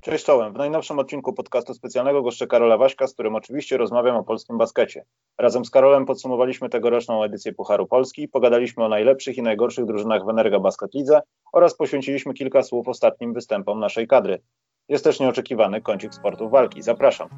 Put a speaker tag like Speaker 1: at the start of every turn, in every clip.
Speaker 1: Cześć czołem. W najnowszym odcinku podcastu specjalnego goszczę Karola Waśka, z którym oczywiście rozmawiam o polskim baskecie. Razem z Karolem podsumowaliśmy tegoroczną edycję Pucharu Polski, pogadaliśmy o najlepszych i najgorszych drużynach w Energa Basket Lidze oraz poświęciliśmy kilka słów ostatnim występom naszej kadry. Jest też nieoczekiwany kącik sportów walki. Zapraszam.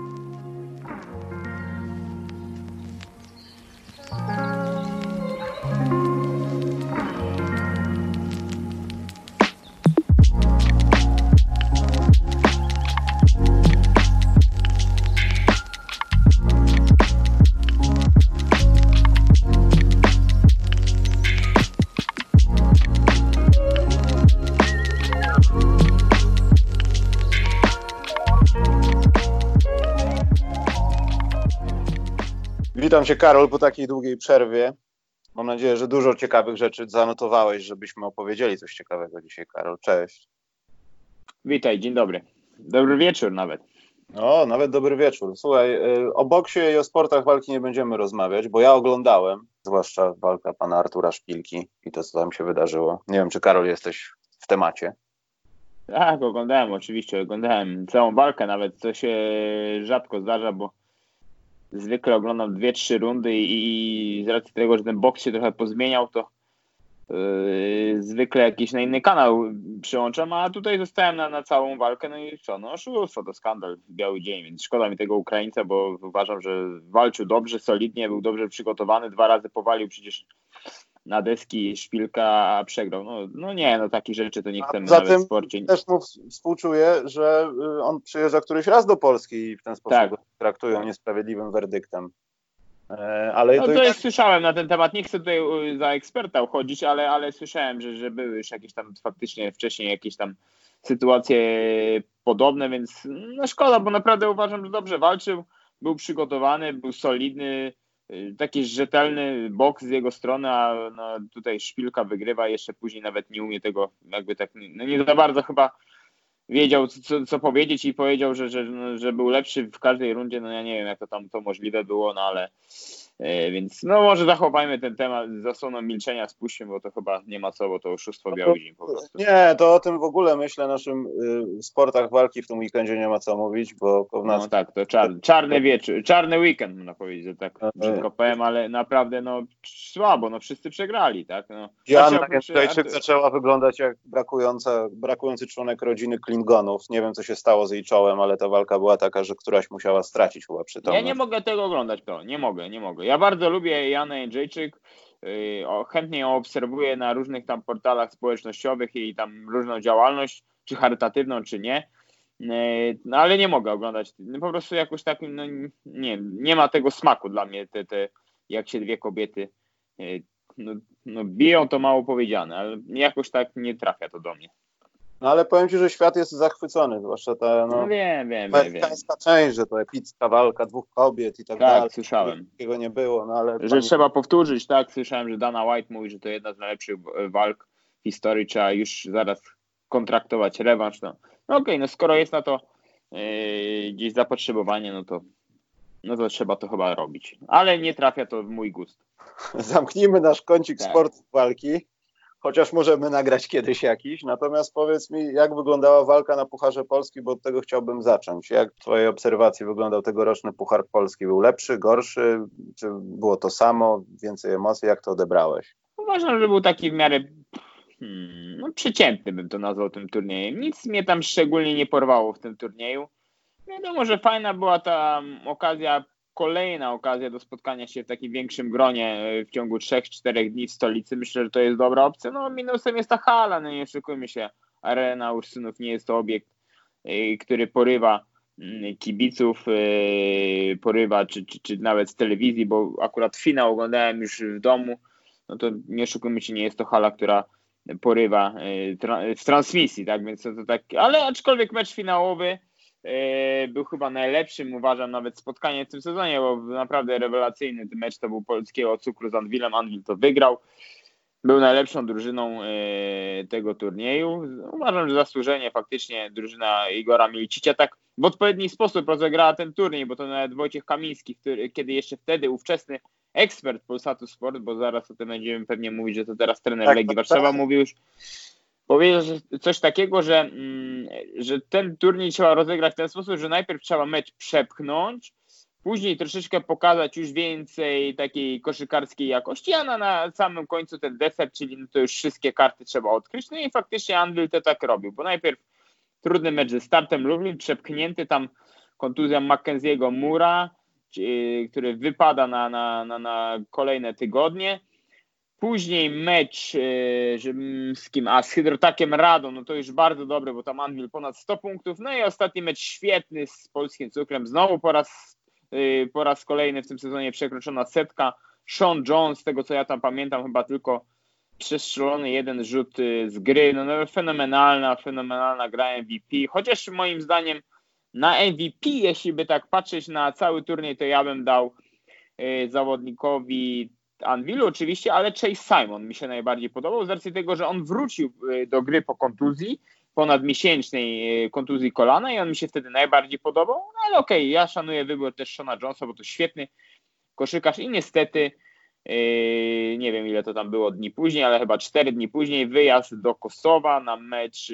Speaker 1: Witam Cię, Karol, po takiej długiej przerwie. Mam nadzieję, że dużo ciekawych rzeczy zanotowałeś, żebyśmy opowiedzieli coś ciekawego dzisiaj, Karol. Cześć.
Speaker 2: Witaj, dzień dobry. Dobry wieczór nawet.
Speaker 1: No, nawet dobry wieczór. Słuchaj, o boksie i o sportach walki nie będziemy rozmawiać, bo ja oglądałem, zwłaszcza walka pana Artura Szpilki i to, co tam się wydarzyło. Nie wiem, czy Karol jesteś w temacie.
Speaker 2: Tak, oglądałem całą walkę nawet, co się rzadko zdarza, bo zwykle oglądam 2-3 rundy i z racji tego, że ten boks się trochę pozmieniał, to zwykle jakiś na inny kanał przyłączam, a tutaj zostałem na całą walkę, no i co, no oszustwo, to skandal w biały dzień, więc szkoda mi tego Ukraińca, bo uważam, że walczył dobrze, solidnie, był dobrze przygotowany, 2 razy powalił przecież na deski Szpilka, a przegrał. No takich rzeczy to nie chcemy nawet w sporcie.
Speaker 1: Też mu współczuję, że on przyjeżdża któryś raz do Polski i w ten sposób
Speaker 2: tak.
Speaker 1: go traktują niesprawiedliwym werdyktem. Ale
Speaker 2: no to słyszałem na ten temat, nie chcę tutaj za eksperta uchodzić, ale słyszałem, że były już jakieś tam faktycznie wcześniej jakieś tam sytuacje podobne, więc no szkoda, bo naprawdę uważam, że dobrze walczył, był przygotowany, był solidny, taki rzetelny boks z jego strony, a no, tutaj Szpilka wygrywa, jeszcze później nawet nie umie tego jakby tak, no nie za bardzo chyba wiedział co powiedzieć i powiedział, że był lepszy w każdej rundzie, no ja nie wiem jak to możliwe było, no ale więc no może zachowajmy ten temat, zasłoną milczenia spuśćmy, bo to chyba nie ma co, bo to oszustwo biały dzień po prostu.
Speaker 1: Nie, to o tym w ogóle myślę naszym sportach walki w tym weekendzie nie ma co mówić, bo
Speaker 2: no tak, to czarny wieczór, czarny weekend można powiedzieć, że tak brzydko powiem, ale naprawdę no słabo, no wszyscy przegrali, tak? No.
Speaker 1: Joanna Jędrzejczyk zaczęła wyglądać jak brakujący członek rodziny Klingonów. Nie wiem, co się stało z jej czołem, ale ta walka była taka, że któraś musiała stracić chyba przytomność.
Speaker 2: Ja nie mogę tego oglądać, nie mogę. Ja bardzo lubię Joannę Jędrzejczyk, chętnie ją obserwuję na różnych tam portalach społecznościowych i tam różną działalność, czy charytatywną, czy nie. No ale nie mogę oglądać. No, po prostu jakoś tak no, nie ma tego smaku dla mnie, jak się dwie kobiety biją, to mało powiedziane, ale jakoś tak nie trafia to do mnie.
Speaker 1: No ale powiem Ci, że świat jest zachwycony, zwłaszcza ta
Speaker 2: wiem.
Speaker 1: amerykańska część, że to epicka walka 2 kobiet i tak dalej.
Speaker 2: Tak, słyszałem.
Speaker 1: Takiego nie było, no ale...
Speaker 2: Że trzeba powtórzyć, tak, słyszałem, że Dana White mówi, że to jedna z najlepszych walk w historii, trzeba już zaraz kontraktować rewanż, no okej, no skoro jest na to gdzieś zapotrzebowanie, no to trzeba to chyba robić. Ale nie trafia to w mój gust.
Speaker 1: Zamknijmy nasz kącik sportu walki, chociaż możemy nagrać kiedyś jakiś. Natomiast powiedz mi, jak wyglądała walka na Pucharze Polski, bo od tego chciałbym zacząć. Jak w Twojej obserwacji wyglądał tegoroczny Puchar Polski? Był lepszy, gorszy? Czy było to samo? Więcej emocji? Jak to odebrałeś?
Speaker 2: Uważam, że był taki w miarę przeciętny bym to nazwał tym turniejem. Nic mnie tam szczególnie nie porwało w tym turnieju. Wiadomo, że fajna była ta kolejna okazja do spotkania się w takim większym gronie w ciągu 3-4 dni w stolicy. Myślę, że to jest dobra opcja. No minusem jest ta hala, no nie oszukujmy się. Arena Ursunów nie jest to obiekt, który porywa kibiców, porywa czy nawet z telewizji, bo akurat finał oglądałem już w domu. No to nie oszukujmy się, nie jest to hala, która porywa w transmisji, tak, więc to tak, ale aczkolwiek mecz finałowy był chyba najlepszym, uważam, nawet spotkanie w tym sezonie, bo naprawdę rewelacyjny ten mecz to był polskiego cukru z Anwilem. Anwil to wygrał, był najlepszą drużyną tego turnieju. Uważam, że zasłużenie faktycznie drużyna Igora Milicicia tak w odpowiedni sposób rozegrała ten turniej, bo to nawet Wojciech Kamiński, kiedy jeszcze wtedy ówczesny ekspert Polsatu Sport, bo zaraz o tym będziemy pewnie mówić, że to teraz trener Legii Warszawa, mówił już, powiedział coś takiego, że ten turniej trzeba rozegrać w ten sposób, że najpierw trzeba mecz przepchnąć, później troszeczkę pokazać już więcej takiej koszykarskiej jakości, a na samym końcu ten deser, czyli no to już wszystkie karty trzeba odkryć. No i faktycznie Anvil to tak robił, bo najpierw trudny mecz ze Startem Lublin, przepchnięty tam kontuzją Mackenzie'ego Mura, który wypada na kolejne tygodnie. Później mecz z kim? Z Hydrotakiem Radom, no to już bardzo dobry, bo tam Anvil ponad 100 punktów. No i ostatni mecz świetny z Polskim Cukrem. Znowu po raz kolejny w tym sezonie przekroczona setka. Sean Jones, z tego co ja tam pamiętam, chyba tylko przestrzelony jeden rzut z gry. No fenomenalna gra MVP. Chociaż moim zdaniem na MVP, jeśli by tak patrzeć na cały turniej, to ja bym dał zawodnikowi Anvilu oczywiście, ale Chase Simon mi się najbardziej podobał z racji tego, że on wrócił do gry po kontuzji, ponadmiesięcznej kontuzji kolana i on mi się wtedy najbardziej podobał, no ale okej, ja szanuję wybór też Shona Jonesa, bo to świetny koszykarz i niestety nie wiem ile to tam było dni później, ale chyba 4 dni później wyjazd do Kosowa na mecz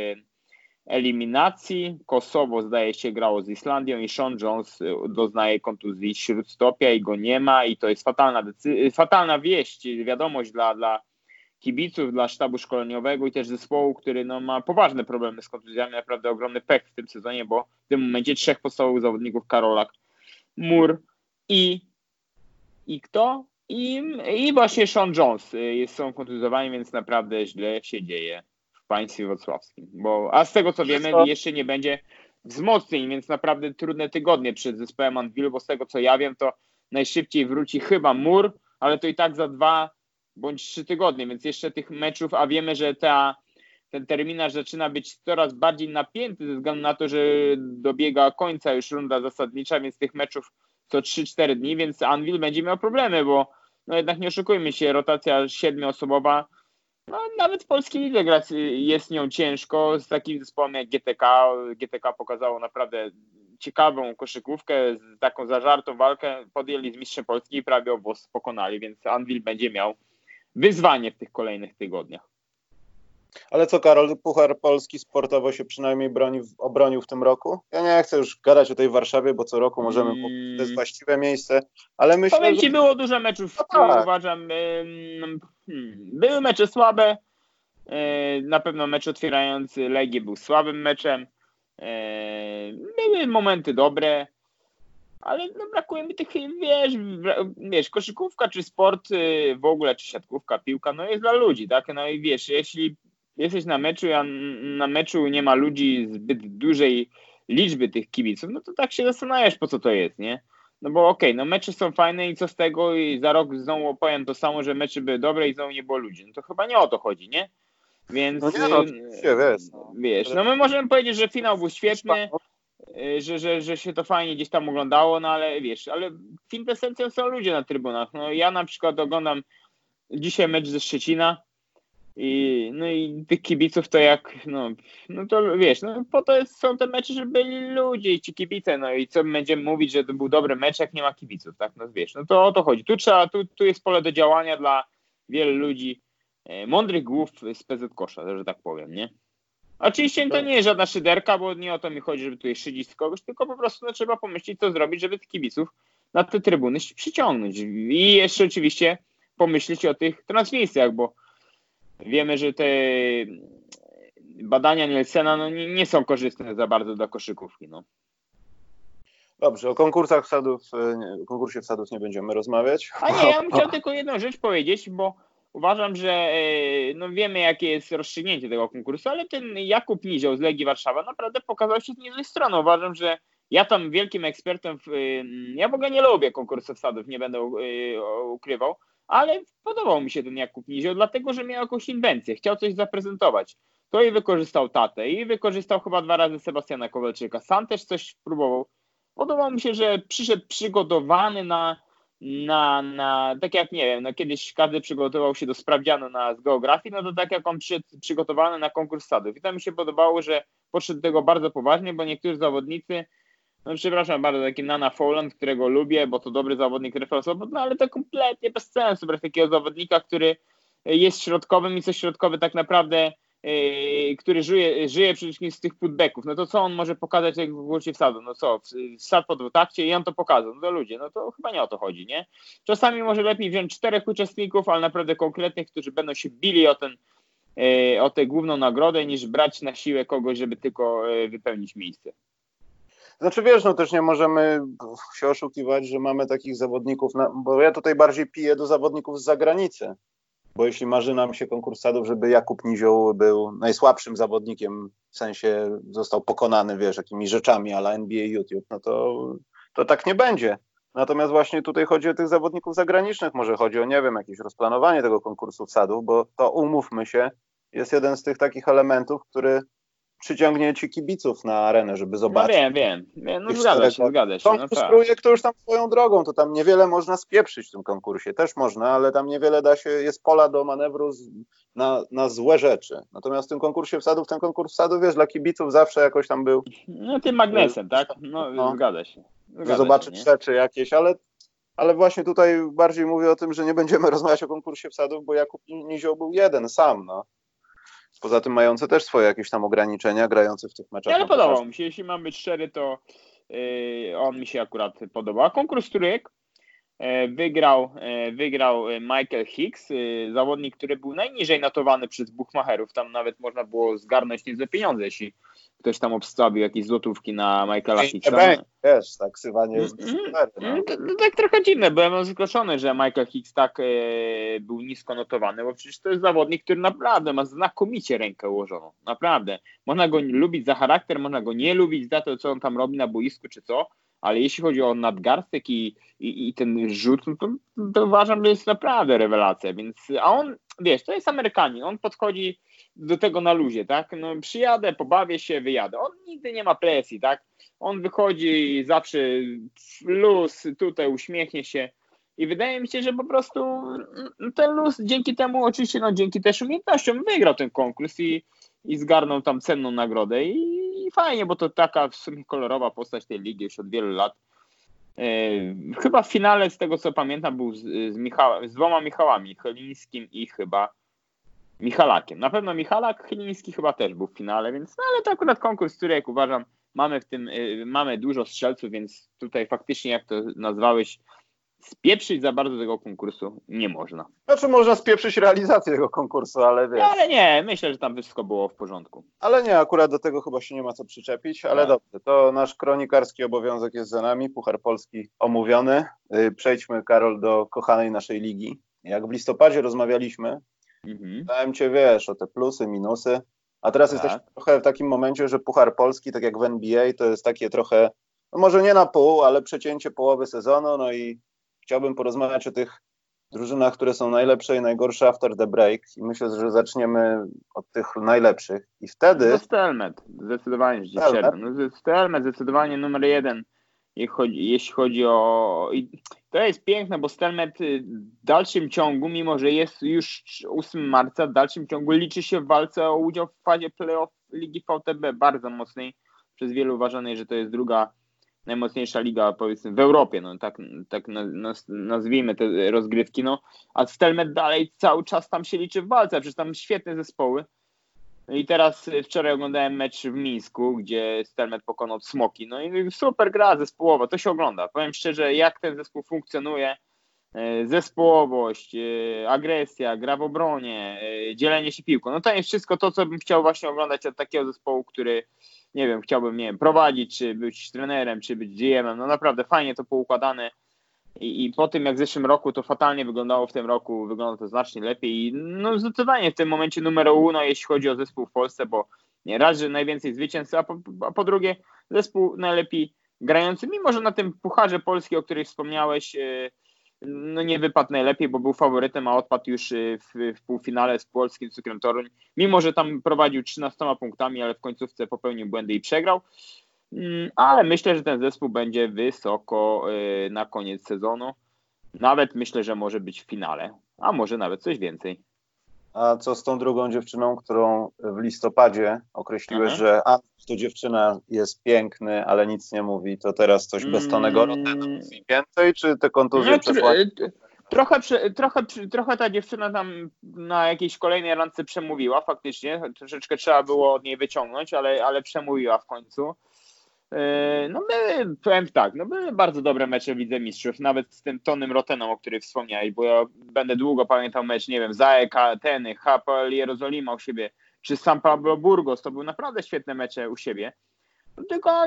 Speaker 2: eliminacji. Kosowo zdaje się grało z Islandią i Sean Jones doznaje kontuzji śródstopia i go nie ma i to jest fatalna wieść, wiadomość dla kibiców, dla sztabu szkoleniowego i też zespołu, który no, ma poważne problemy z kontuzjami, naprawdę ogromny pech w tym sezonie, bo w tym momencie 3 podstawowych zawodników, Karolak, Mur i kto? I właśnie Sean Jones są kontuzjowani, więc naprawdę źle się dzieje w państwie wrocławskim. A z tego co wiemy, jeszcze nie będzie wzmocnień, więc naprawdę trudne tygodnie przed zespołem Anvilu, bo z tego co ja wiem, to najszybciej wróci chyba Mur, ale to i tak za 2 bądź 3 tygodnie, więc jeszcze tych meczów, a wiemy, że ten terminarz zaczyna być coraz bardziej napięty ze względu na to, że dobiega końca już runda zasadnicza, więc tych meczów co 3-4 dni, więc Anvil będzie miał problemy, bo no jednak nie oszukujmy się, rotacja 7-osobowa, no nawet w polskiej lidze grać jest nią ciężko, z takim zespołem jak GTK. GTK pokazało naprawdę ciekawą koszykówkę, taką zażartą walkę, podjęli z mistrzem Polski i prawie obóz pokonali, więc Anvil będzie miał wyzwanie w tych kolejnych tygodniach.
Speaker 1: Ale co Karol, Puchar Polski sportowo się przynajmniej obronił w tym roku? Ja nie chcę już gadać o tej Warszawie, bo co roku możemy mówić, to jest właściwe miejsce, ale myślę,
Speaker 2: powiem Ci, było dużo meczów, tak. Uważam, były mecze słabe, na pewno mecz otwierający Legię był słabym meczem, były momenty dobre, ale no brakuje mi tych, wiesz, koszykówka czy sport w ogóle, czy siatkówka, piłka, no jest dla ludzi, tak? No i wiesz, jeśli jesteś na meczu, a na meczu nie ma ludzi zbyt dużej liczby tych kibiców, no to tak się zastanawiasz, po co to jest, nie? No bo okej, no mecze są fajne i co z tego i za rok znowu opowiem to samo, że mecze były dobre i znowu nie było ludzi. No to chyba nie o to chodzi, nie? Więc
Speaker 1: no nie, no, oczywiście,
Speaker 2: wiesz, no my możemy powiedzieć, że finał był świetny, że się to fajnie gdzieś tam oglądało, no ale wiesz, ale kwintesencją są ludzie na trybunach. No ja na przykład oglądam dzisiaj mecz ze Szczecina i tych kibiców to jak, no to wiesz, no po to są te mecze, żeby byli ludzie i ci kibice, no i co będziemy mówić, że to był dobry mecz, jak nie ma kibiców, tak, no wiesz, no to o to chodzi. Tu jest pole do działania dla wielu ludzi, mądrych głów z PZ Kosza, że tak powiem, nie? Oczywiście to nie jest żadna szyderka, bo nie o to mi chodzi, żeby tutaj szydzić z kogoś, tylko po prostu no, trzeba pomyśleć, co zrobić, żeby tych kibiców na te trybuny się przyciągnąć. I jeszcze oczywiście pomyśleć o tych transmisjach, bo wiemy, że te badania Nielsena no, nie są korzystne za bardzo dla koszykówki. No.
Speaker 1: Dobrze, o konkursie wsadów nie będziemy rozmawiać.
Speaker 2: A nie, ja bym chciał tylko jedną rzecz powiedzieć, bo uważam, że no wiemy, jakie jest rozstrzygnięcie tego konkursu, ale ten Jakub Nizioł z Legii Warszawa naprawdę pokazał się z niezłej strony. Uważam, że ja tam wielkim ekspertem, ja w ogóle nie lubię konkursu wsadów, nie będę ukrywał, ale podobał mi się ten Jakub Nizioł, dlatego, że miał jakąś inwencję, chciał coś zaprezentować. To i wykorzystał Tatę, i wykorzystał chyba 2 razy Sebastiana Kowalczyka. Sam też coś próbował. Podobał mi się, że przyszedł przygotowany tak jak nie wiem, no kiedyś każdy przygotował się do sprawdzianu z geografii, no to tak jak on przyszedł przygotowany na konkurs sadów. I to mi się podobało, że podszedł do tego bardzo poważnie, bo niektórzy zawodnicy, no przepraszam bardzo, taki Nana Fowland, którego lubię, bo to dobry zawodnik referensowy, no ale to kompletnie bez sensu, bez takiego zawodnika, który jest środkowym i co środkowy tak naprawdę który żyje przede wszystkim z tych putbacków, no to co on może pokazać jak w konkursie wsadu? No co, wsad po dwutakcie i on to pokazał. No to ludzie, no to chyba nie o to chodzi, nie? Czasami może lepiej wziąć 4 uczestników, ale naprawdę konkretnych, którzy będą się bili o tę główną nagrodę, niż brać na siłę kogoś, żeby tylko wypełnić miejsce.
Speaker 1: Znaczy wiesz, no też nie możemy się oszukiwać, że mamy takich zawodników, bo ja tutaj bardziej piję do zawodników z zagranicy, bo jeśli marzy nam się konkurs wsadów, żeby Jakub Nizioł był najsłabszym zawodnikiem, w sensie został pokonany, wiesz, jakimi rzeczami a la NBA YouTube, no to tak nie będzie. Natomiast właśnie tutaj chodzi o tych zawodników zagranicznych, może chodzi o, nie wiem, jakieś rozplanowanie tego konkursu wsadów, bo to, umówmy się, jest jeden z tych takich elementów, który przyciągnie ci kibiców na arenę, żeby zobaczyć.
Speaker 2: No wiem. No zgadza się.
Speaker 1: Konkurs projekt to już tam swoją drogą, to tam niewiele można spieprzyć w tym konkursie, też można, ale tam niewiele jest pola do manewru na złe rzeczy. Natomiast w tym konkursie wsadów, ten konkurs wsadów, wiesz, dla kibiców zawsze jakoś tam był.
Speaker 2: No tym magnesem, tak? No zgadza się.
Speaker 1: Zobaczyć rzeczy jakieś, ale właśnie tutaj bardziej mówię o tym, że nie będziemy rozmawiać o konkursie wsadów, bo Jakub Nizioł był jeden sam, no. Poza tym mający też swoje jakieś tam ograniczenia, grający w tych meczach.
Speaker 2: Ale podobał mi się, jeśli mam być szczery, to on mi się akurat podobał. A konkurs trójek wygrał Michael Hicks, zawodnik, który był najniżej notowany przez bookmacherów. Tam nawet można było zgarnąć niezłe pieniądze, jeśli ktoś tam obstawił jakieś złotówki na Michaela Hicksa.
Speaker 1: Wiesz, tak ksywanie jest super.
Speaker 2: Tak trochę dziwne, byłem zaskoczony, że Michael Hicks tak był nisko notowany, bo przecież to jest zawodnik, który naprawdę ma znakomicie rękę ułożoną. Naprawdę. Można go lubić za charakter, można go nie lubić za to, co on tam robi na boisku, czy co, ale jeśli chodzi o nadgarstek i ten rzut, no to uważam, że jest naprawdę rewelacja. A on, wiesz, to jest Amerykanin, on podchodzi do tego na luzie, tak? No przyjadę, pobawię się, wyjadę. On nigdy nie ma presji, tak? On wychodzi zawsze luz, tutaj uśmiechnie się i wydaje mi się, że po prostu ten luz dzięki temu, oczywiście dzięki też umiejętnościom wygrał ten konkurs i zgarnął tam cenną nagrodę i fajnie, bo to taka w sumie kolorowa postać tej ligi już od wielu lat. Chyba w finale, z tego co pamiętam, był z 2 Michałami, Chylińskim i chyba Michalakiem. Na pewno Michalak, Chyliński chyba też był w finale, więc ale to akurat konkurs, który jak uważam, mamy dużo strzelców, więc tutaj faktycznie, jak to nazwałeś, spieprzyć za bardzo tego konkursu nie można.
Speaker 1: Znaczy można spieprzyć realizację tego konkursu, ale wiesz.
Speaker 2: Ale nie, myślę, że tam wszystko było w porządku.
Speaker 1: Ale nie, akurat do tego chyba się nie ma co przyczepić, ale dobrze, to nasz kronikarski obowiązek jest za nami, Puchar Polski omówiony. Przejdźmy, Karol, do kochanej naszej ligi. Jak w listopadzie rozmawialiśmy, dałem cię, wiesz, o te plusy, minusy, a teraz jesteśmy trochę w takim momencie, że Puchar Polski, tak jak w NBA, to jest takie trochę, no może nie na pół, ale przecięcie połowy sezonu, no i chciałbym porozmawiać o tych drużynach, które są najlepsze i najgorsze after the break i myślę, że zaczniemy od tych najlepszych i wtedy...
Speaker 2: No Stelmet, zdecydowanie, że Stelmet zdecydowanie numer 1, jeśli chodzi o... I to jest piękne, bo Stelmet w dalszym ciągu, mimo że jest już 8 marca, w dalszym ciągu liczy się w walce o udział w fazie playoff Ligi VTB, bardzo mocnej, przez wielu uważanej, że to jest druga najmocniejsza liga, powiedzmy, w Europie, no tak nazwijmy te rozgrywki, no, a Stelmet dalej cały czas tam się liczy w walce, przecież tam świetne zespoły. I teraz wczoraj oglądałem mecz w Mińsku, gdzie Stelmet pokonał Smoki, no i super gra zespołowa, to się ogląda. Powiem szczerze, jak ten zespół funkcjonuje, zespołowość, agresja, gra w obronie, dzielenie się piłką, no to jest wszystko to, co bym chciał właśnie oglądać od takiego zespołu, który nie wiem, chciałbym, prowadzić, czy być trenerem, czy być GM-em, no naprawdę fajnie to poukładane i po tym jak w zeszłym roku to fatalnie wyglądało, w tym roku wygląda to znacznie lepiej i no zdecydowanie w tym momencie numer 1, jeśli chodzi o zespół w Polsce, bo raz, że najwięcej zwycięstw, a po drugie zespół najlepiej grający, mimo że na tym Pucharze Polski, o którym wspomniałeś, no nie wypadł najlepiej, bo był faworytem, a odpadł już w półfinale z polskim Cukrem Toruń, mimo że tam prowadził 13 punktami, ale w końcówce popełnił błędy i przegrał, ale myślę, że ten zespół będzie wysoko na koniec sezonu, nawet myślę, że może być w finale, a może nawet coś więcej.
Speaker 1: A co z tą drugą dziewczyną, którą w listopadzie określiłeś, że to dziewczyna jest piękny, ale nic nie mówi, to teraz coś beztonnego Rotena mówi więcej, czy te kontuzje przeszła?
Speaker 2: Trochę ta dziewczyna tam na jakiejś kolejnej randce przemówiła faktycznie. Troszeczkę trzeba było od niej wyciągnąć, ale przemówiła w końcu. No powiem tak, były bardzo dobre mecze w Lidze Mistrzów, nawet z tym Tonym Rotenem, o którym wspomniałeś, bo ja będę długo pamiętał mecz, nie wiem, Zaek, Ateny, HPL Jerozolima u siebie, czy San Pablo Burgos, to były naprawdę świetne mecze u siebie. Tylko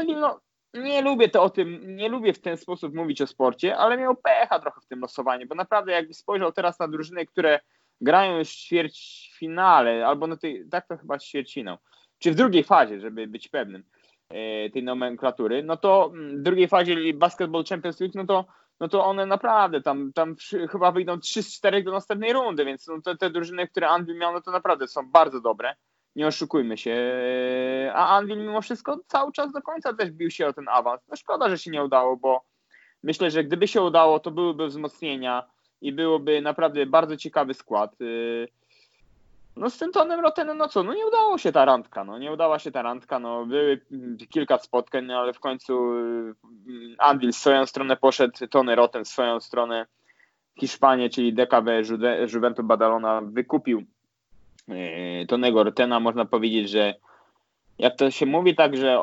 Speaker 2: nie lubię w ten sposób mówić o sporcie, ale miał pecha trochę w tym losowaniu, bo naprawdę jakby spojrzał teraz na drużyny, które grają już w ćwierćfinale, albo tak to chyba ćwierćfinał, czy w drugiej fazie, żeby być pewnym tej nomenklatury, no to w drugiej fazie Basketball Champions League, no to one naprawdę tam chyba wyjdą 3 z 4 do następnej rundy, więc te drużyny, które Anvil miał, no to naprawdę są bardzo dobre. Nie oszukujmy się. A Anvil mimo wszystko cały czas do końca też bił się o ten awans. No szkoda, że się nie udało, bo myślę, że gdyby się udało, to byłyby wzmocnienia i byłoby naprawdę bardzo ciekawy skład. No z tym Tonem Rotenem, nie udało się ta randka, nie udała się ta randka, były kilka spotkań, ale w końcu Anvil w swoją stronę poszedł, Tony Roten w swoją stronę. Hiszpanię, czyli DKB Juventud Badalona wykupił Tonego Rotena. Można powiedzieć, że jak to się mówi tak, że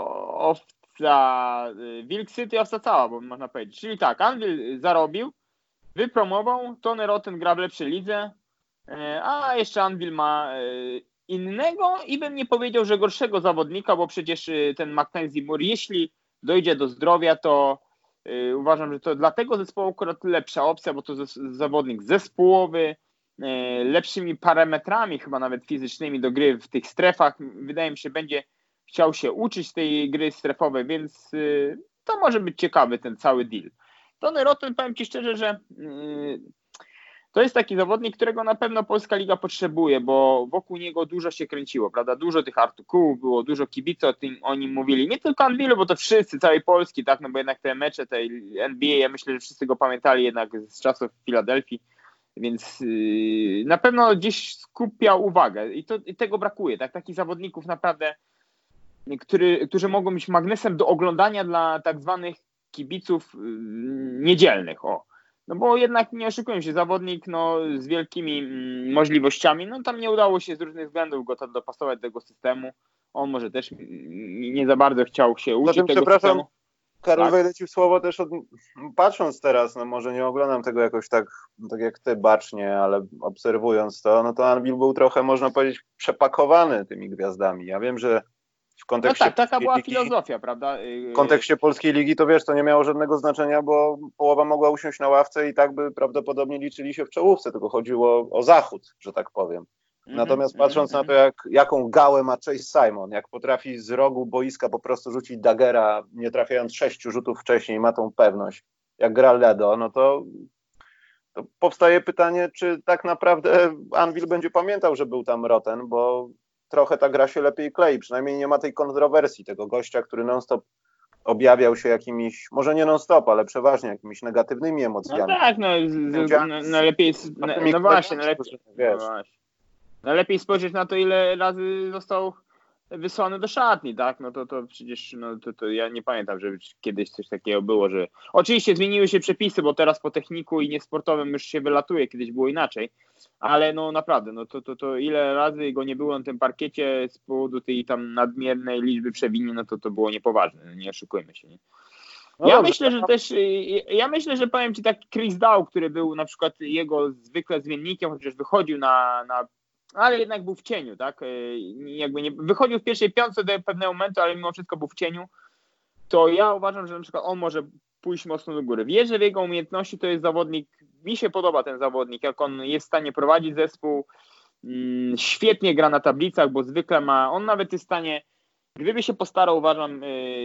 Speaker 2: Wilk City owca cała, bo można powiedzieć. Czyli tak, Anvil zarobił, wypromował, Tony Roten gra w lepszej lidze, a jeszcze Anvil ma innego i bym nie powiedział, że gorszego zawodnika, bo przecież ten Mackenzie Moore, jeśli dojdzie do zdrowia, to uważam, że to dla tego zespołu akurat lepsza opcja, bo to zawodnik zespołowy, lepszymi parametrami chyba nawet fizycznymi do gry w tych strefach. Wydaje mi się, będzie chciał się uczyć tej gry strefowej, więc to może być ciekawy ten cały deal. Tony Roten, powiem Ci szczerze, że to jest taki zawodnik, którego na pewno Polska Liga potrzebuje, bo wokół niego dużo się kręciło, prawda? Dużo tych artykułów było, dużo kibiców o nim mówili. Nie tylko Anvilu, bo to wszyscy, całej Polski, tak? No bo jednak te mecze tej NBA, ja myślę, że wszyscy go pamiętali jednak z czasów w Filadelfii, więc na pewno gdzieś skupiał uwagę i tego brakuje, tak? Takich zawodników naprawdę, którzy mogą być magnesem do oglądania dla tak zwanych kibiców niedzielnych, No bo jednak nie oszukujmy się, zawodnik z wielkimi możliwościami, tam nie udało się z różnych względów go tam dopasować do tego systemu. On może też nie za bardzo chciał się uczyć tego systemu.
Speaker 1: Karol, tak. Wejdę Ci w słowo też, patrząc teraz, może nie oglądam tego jakoś tak jak Ty bacznie, ale obserwując to, to Anvil był trochę, można powiedzieć, przepakowany tymi gwiazdami. Ja wiem, że w kontekście
Speaker 2: taka była filozofia, prawda?
Speaker 1: W kontekście Polskiej Ligi to wiesz, to nie miało żadnego znaczenia, bo połowa mogła usiąść na ławce i tak by prawdopodobnie liczyli się w czołówce, tylko chodziło o zachód, że tak powiem. Natomiast patrząc na to, jaką gałę ma Chase Simon, jak potrafi z rogu boiska po prostu rzucić daggera, nie trafiając 6 rzutów wcześniej, ma tą pewność, jak gra Ledo, to powstaje pytanie, czy tak naprawdę Anvil będzie pamiętał, że był tam Roten, bo trochę ta gra się lepiej klei, przynajmniej nie ma tej kontrowersji, tego gościa, który non-stop objawiał się jakimiś, może nie non-stop, ale przeważnie jakimiś negatywnymi emocjami.
Speaker 2: No tak, najlepiej, najlepiej spojrzeć na to, ile razy został wysłany do szatni, tak? To przecież, to ja nie pamiętam, żeby kiedyś coś takiego było, że oczywiście zmieniły się przepisy, bo teraz po techniku i niesportowym już się wylatuje, kiedyś było inaczej, ale naprawdę, to ile razy go nie było na tym parkiecie z powodu tej tam nadmiernej liczby przewinień, to było niepoważne, nie oszukujmy się, nie? Ja myślę, że powiem Ci tak, Chris Dow, który był na przykład jego zwykle zmiennikiem, chociaż wychodził ale jednak był w cieniu, tak? Jakby nie wychodził w pierwszej piątce do pewnego momentu, ale mimo wszystko był w cieniu. To ja uważam, że na przykład on może pójść mocno do góry. Wierzę w jego umiejętności, to jest zawodnik, mi się podoba ten zawodnik, jak on jest w stanie prowadzić zespół, świetnie gra na tablicach, bo zwykle on nawet jest w stanie, gdyby się postarał, uważam,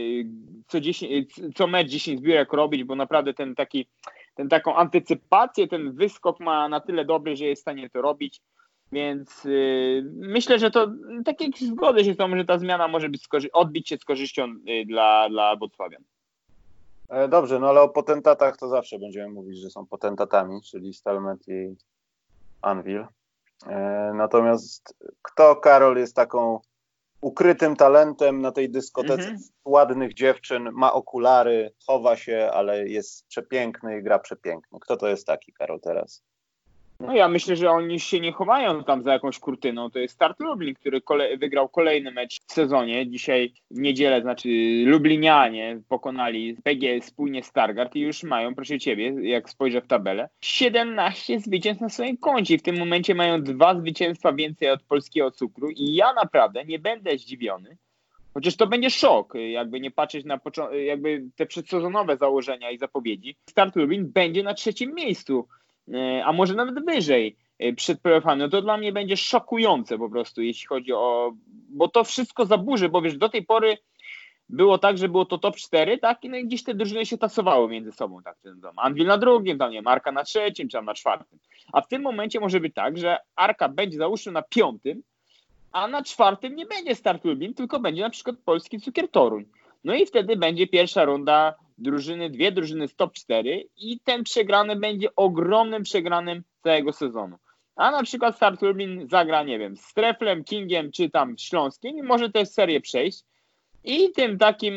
Speaker 2: co mecz 10 zbiórek robić, bo naprawdę taką antycypację, ten wyskok ma na tyle dobry, że jest w stanie to robić. Więc myślę, że to tak jak zgodzę się z tą, że ta zmiana może odbić się z korzyścią dla Włocławian.
Speaker 1: Dobrze, ale o potentatach to zawsze będziemy mówić, że są potentatami, czyli Stalmet i Anvil. Natomiast kto, Karol, jest taką ukrytym talentem na tej dyskotece ładnych dziewczyn, ma okulary, chowa się, ale jest przepiękny i gra przepięknie. Kto to jest taki, Karol, teraz?
Speaker 2: No ja myślę, że oni się nie chowają tam za jakąś kurtyną. To jest Start Lublin, który wygrał kolejny mecz w sezonie. Dzisiaj w niedzielę, znaczy Lublinianie pokonali PGE spójnie Stargard i już mają, proszę Ciebie, jak spojrzę w tabelę, 17 zwycięstw na swoim koncie. W tym momencie mają 2 zwycięstwa więcej od polskiego cukru i ja naprawdę nie będę zdziwiony, chociaż to będzie szok, jakby nie patrzeć na jakby te przedsezonowe założenia i zapowiedzi. Start Lublin będzie na 3. miejscu, a może nawet wyżej przed playoffami. No to dla mnie będzie szokujące po prostu, jeśli chodzi o... Bo to wszystko zaburzy, bo wiesz, do tej pory było tak, że było to top 4, tak? I no i gdzieś te drużyny się tasowały między sobą, tak? Anwil na 2, tam nie wiem, Arka na 3, czy tam na 4. A w tym momencie może być tak, że Arka będzie załóżmy na 5, a na 4 nie będzie Start Lublin, tylko będzie na przykład Polski Cukier Toruń. No i wtedy będzie pierwsza runda dwie drużyny z top 4 i ten przegrany będzie ogromnym przegranym całego sezonu. A na przykład Start Lublin zagra, nie wiem, z Treflem, Kingiem czy tam Śląskiem i może tę serię przejść i tym takim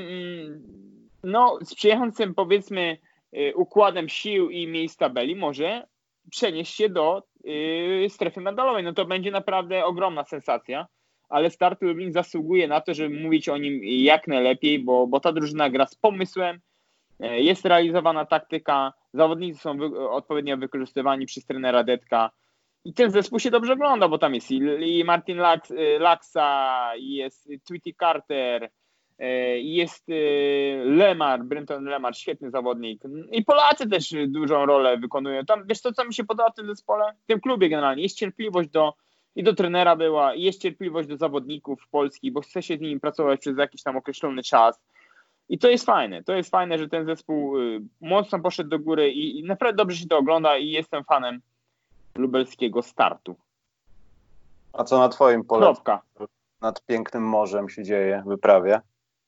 Speaker 2: no sprzyjającym powiedzmy układem sił i miejsc tabeli może przenieść się do strefy medalowej. No to będzie naprawdę ogromna sensacja. Ale Start Lublin zasługuje na to, żeby mówić o nim jak najlepiej, bo ta drużyna gra z pomysłem, jest realizowana taktyka, zawodnicy są odpowiednio wykorzystywani przez trenera Detka i ten zespół się dobrze ogląda, bo tam jest i Martin Laksa, jest Tweety Carter, jest Brenton Lemar, świetny zawodnik i Polacy też dużą rolę wykonują. Tam, wiesz co mi się podoba w tym zespole? W tym klubie generalnie jest cierpliwość do trenera była, i jest cierpliwość do zawodników polskich, bo chce się z nimi pracować przez jakiś tam określony czas. I to jest fajne. To jest fajne, że ten zespół mocno poszedł do góry i naprawdę dobrze się to ogląda i jestem fanem lubelskiego Startu.
Speaker 1: A co na twoim polu nad pięknym morzem się dzieje, wyprawie?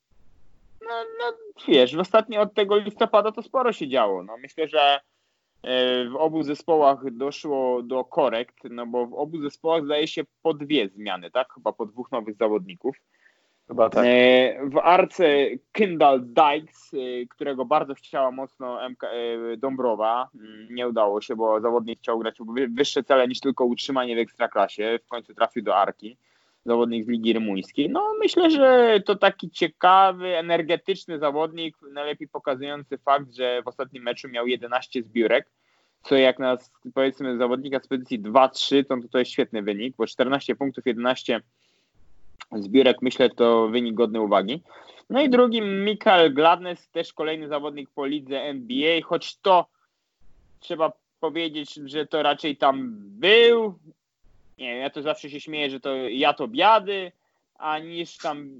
Speaker 2: No wiesz, ostatnio od tego listopada to sporo się działo. No, myślę, że w obu zespołach doszło do korekt, no bo w obu zespołach zdaje się po 2 zmiany, tak? Chyba po 2 nowych zawodników.
Speaker 1: Chyba tak.
Speaker 2: W Arce Kendall Dykes, którego bardzo chciała mocno Dąbrowa, nie udało się, bo zawodnik chciał grać wyższe cele niż tylko utrzymanie w Ekstraklasie. W końcu trafił do Arki. Zawodnik z Ligi Rumuńskiej. No myślę, że to taki ciekawy, energetyczny zawodnik, najlepiej pokazujący fakt, że w ostatnim meczu miał 11 zbiórek, co jak na powiedzmy zawodnika z pozycji 2-3, to jest świetny wynik, bo 14 punktów, 11 zbiórek, myślę, to wynik godny uwagi. No i drugim Michael Gladness, też kolejny zawodnik po lidze NBA, choć to trzeba powiedzieć, że to raczej tam był. Nie wiem, ja to zawsze się śmieję, że to ja to biady, a niż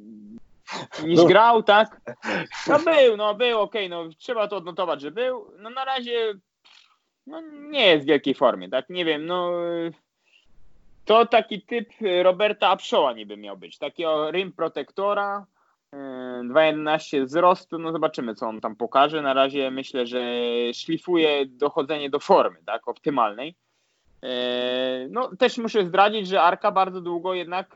Speaker 2: grał, tak? No był, okej, no trzeba to odnotować, że był. No na razie nie jest w wielkiej formie, tak? Nie wiem, to taki typ Roberta Upshawa niby miał być. Takiego rim protektora, 2,11 wzrostu, no zobaczymy, co on tam pokaże. Na razie myślę, że szlifuje dochodzenie do formy, tak, optymalnej. No też muszę zdradzić, że Arka bardzo długo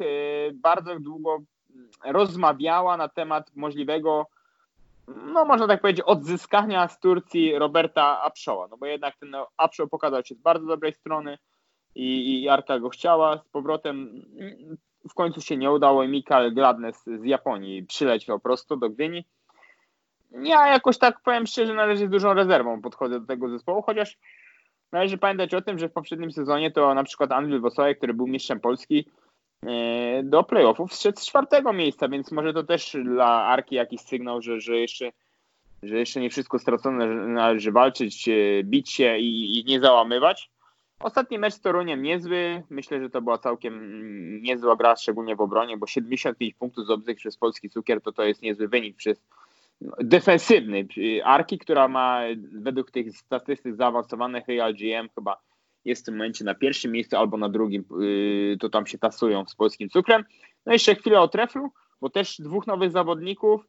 Speaker 2: rozmawiała na temat możliwego, no można tak powiedzieć, odzyskania z Turcji Roberta Upshawa, no bo jednak ten Upshaw pokazał się z bardzo dobrej strony i Arka go chciała z powrotem. W końcu się nie udało i Michael Gladness z Japonii przyleciał prosto do Gdyni. Ja jakoś tak powiem szczerze, należy z dużą rezerwą podchodzę do tego zespołu, chociaż należy pamiętać o tym, że w poprzednim sezonie to na przykład Anwil Wosojek, który był mistrzem Polski, do playoffów zszedł z 4. miejsca, więc może to też dla Arki jakiś sygnał, że jeszcze nie wszystko stracone, że należy walczyć, bić się i nie załamywać. Ostatni mecz z Toruniem niezły, myślę, że to była całkiem niezła gra, szczególnie w obronie, bo 75 punktów zdobytych przez polski cukier to jest niezły wynik przez defensywny Arki, która ma według tych statystyk zaawansowanych Real GM chyba jest w tym momencie na 1. miejscu albo na 2, to tam się tasują z polskim cukrem. No jeszcze chwilę o Treflu, bo też 2 nowych zawodników.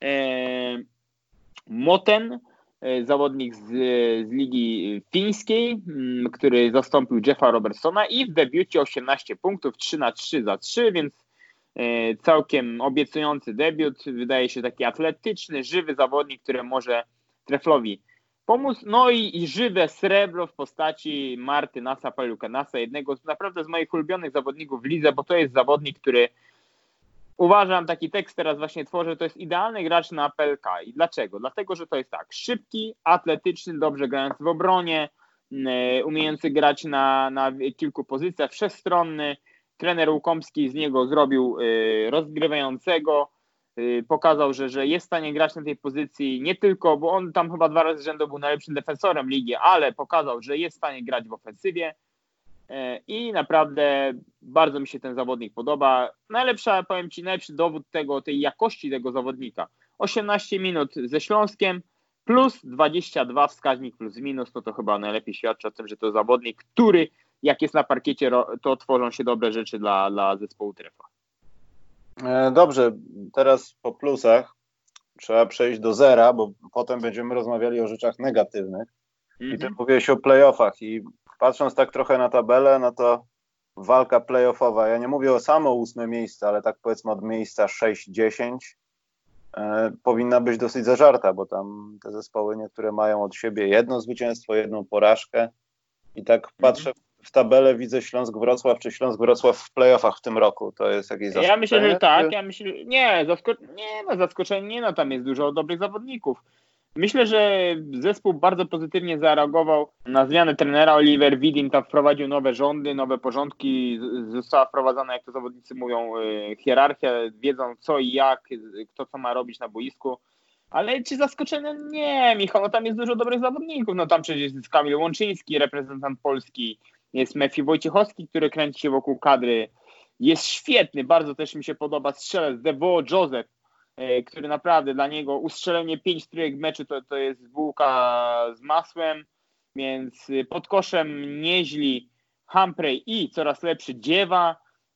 Speaker 2: Moten, zawodnik z ligi fińskiej, który zastąpił Jeffa Robertsona i w debiucie 18 punktów, 3 na 3 za 3, więc całkiem obiecujący debiut. Wydaje się taki atletyczny, żywy zawodnik, który może Treflowi pomóc. No i żywe srebro w postaci Marty Nasa Palukanasa, jednego z naprawdę z moich ulubionych zawodników w lidze, bo to jest zawodnik, który uważam, taki tekst teraz właśnie tworzę, to jest idealny gracz na PLK. I dlaczego? Dlatego, że to jest tak, szybki, atletyczny, dobrze grający w obronie, umiejący grać na kilku pozycjach, wszechstronny. Trener Łukomski z niego zrobił rozgrywającego, pokazał, że jest w stanie grać na tej pozycji nie tylko, bo on tam chyba 2 razy z rzędu był najlepszym defensorem ligi, ale pokazał, że jest w stanie grać w ofensywie i naprawdę bardzo mi się ten zawodnik podoba. Powiem Ci, najlepszy dowód tej jakości tego zawodnika. 18 minut ze Śląskiem plus 22 wskaźnik plus minus, to chyba najlepiej świadczy o tym, że to zawodnik, który jak jest na parkiecie, to tworzą się dobre rzeczy dla zespołu Trefa.
Speaker 1: Dobrze, teraz po plusach trzeba przejść do zera, bo potem będziemy rozmawiali o rzeczach negatywnych. I ty mówiłeś o playoffach i patrząc tak trochę na tabelę, no to walka playoffowa, ja nie mówię o samo 8 miejsce, ale tak powiedzmy od miejsca 6-10 powinna być dosyć zażarta, bo tam te zespoły niektóre mają od siebie jedno zwycięstwo, jedną porażkę i tak patrzę w tabelę, widzę Śląsk-Wrocław, czy Śląsk-Wrocław w playoffach w tym roku, to jest jakieś zaskoczenie?
Speaker 2: Ja myślę, że tak, zaskoczenie nie, tam jest dużo dobrych zawodników. Myślę, że zespół bardzo pozytywnie zareagował na zmianę trenera. Oliver Widin tam wprowadził nowe rządy, nowe porządki, została wprowadzona, jak to zawodnicy mówią, hierarchia, wiedzą co i jak, kto co ma robić na boisku. Ale czy zaskoczenie? Nie, Michał, no tam jest dużo dobrych zawodników. No tam przecież jest Kamil Łączyński, reprezentant Polski, jest Mefi Wojciechowski, który kręci się wokół kadry. Jest świetny, bardzo też mi się podoba strzelec Devo Joseph, który naprawdę dla niego ustrzelenie 5 trójek w meczu to jest bułka z masłem, więc pod koszem nieźli Humphrey i coraz lepszy Dziewa.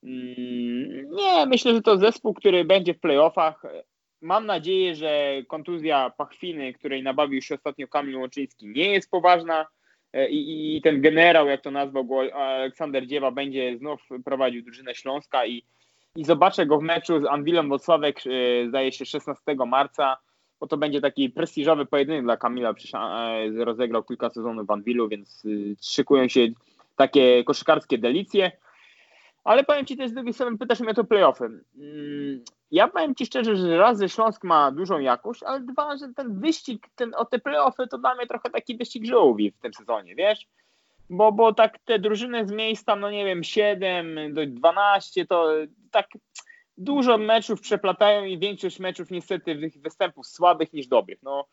Speaker 2: Nie, myślę, że to zespół, który będzie w playoffach. Mam nadzieję, że kontuzja Pachwiny, której nabawił się ostatnio Kamil Łączyński, nie jest poważna i ten generał, jak to nazwał go Aleksander Dziewa, będzie znów prowadził drużynę Śląska i zobaczę go w meczu z Anwilem Włocławek, zdaje się 16 marca, bo to będzie taki prestiżowy pojedynek dla Kamila, przecież rozegrał kilka sezonów w Anwilu, więc szykują się takie koszykarskie delicje. Ale powiem Ci też z drugiej strony, pytasz mnie o to playoffy. Ja powiem Ci szczerze, że raz, że Śląsk ma dużą jakość, ale dwa, że ten wyścig o te playoffy to dla mnie trochę taki wyścig żółwi w tym sezonie, wiesz? Bo tak te drużyny z miejsc tam, no nie wiem, 7 do 12, to tak dużo meczów przeplatają i większość meczów niestety występów słabych niż dobrych. No